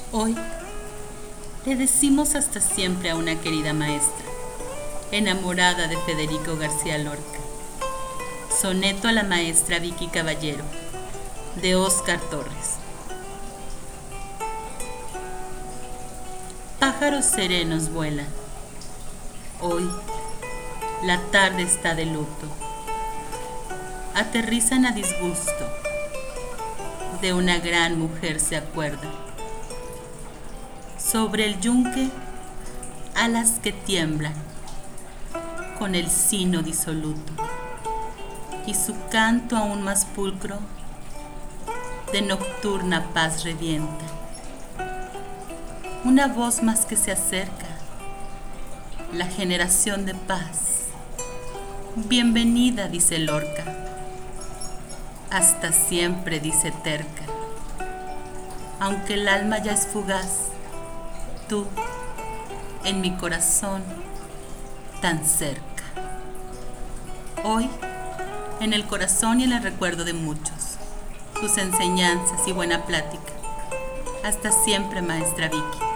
Hoy le decimos hasta siempre a una querida maestra, enamorada de Federico García Lorca. Soneto a la maestra Vicky Caballero, de Óscar Torres. Pájaros serenos vuelan. Hoy la tarde está de luto. Aterrizan a disgusto. De una gran mujer se acuerdan. Sobre el yunque, alas que tiemblan, con el sino disoluto, y su canto aún más pulcro, de nocturna paz revienta. Una voz más que se acerca, la generación de paz. Bienvenida, dice Lorca. Hasta siempre, dice terca. Aunque el alma ya es fugaz, tú, en mi corazón, tan cerca. Hoy, en el corazón y en el recuerdo de muchos, sus enseñanzas y buena plática. Hasta siempre, maestra Vicky.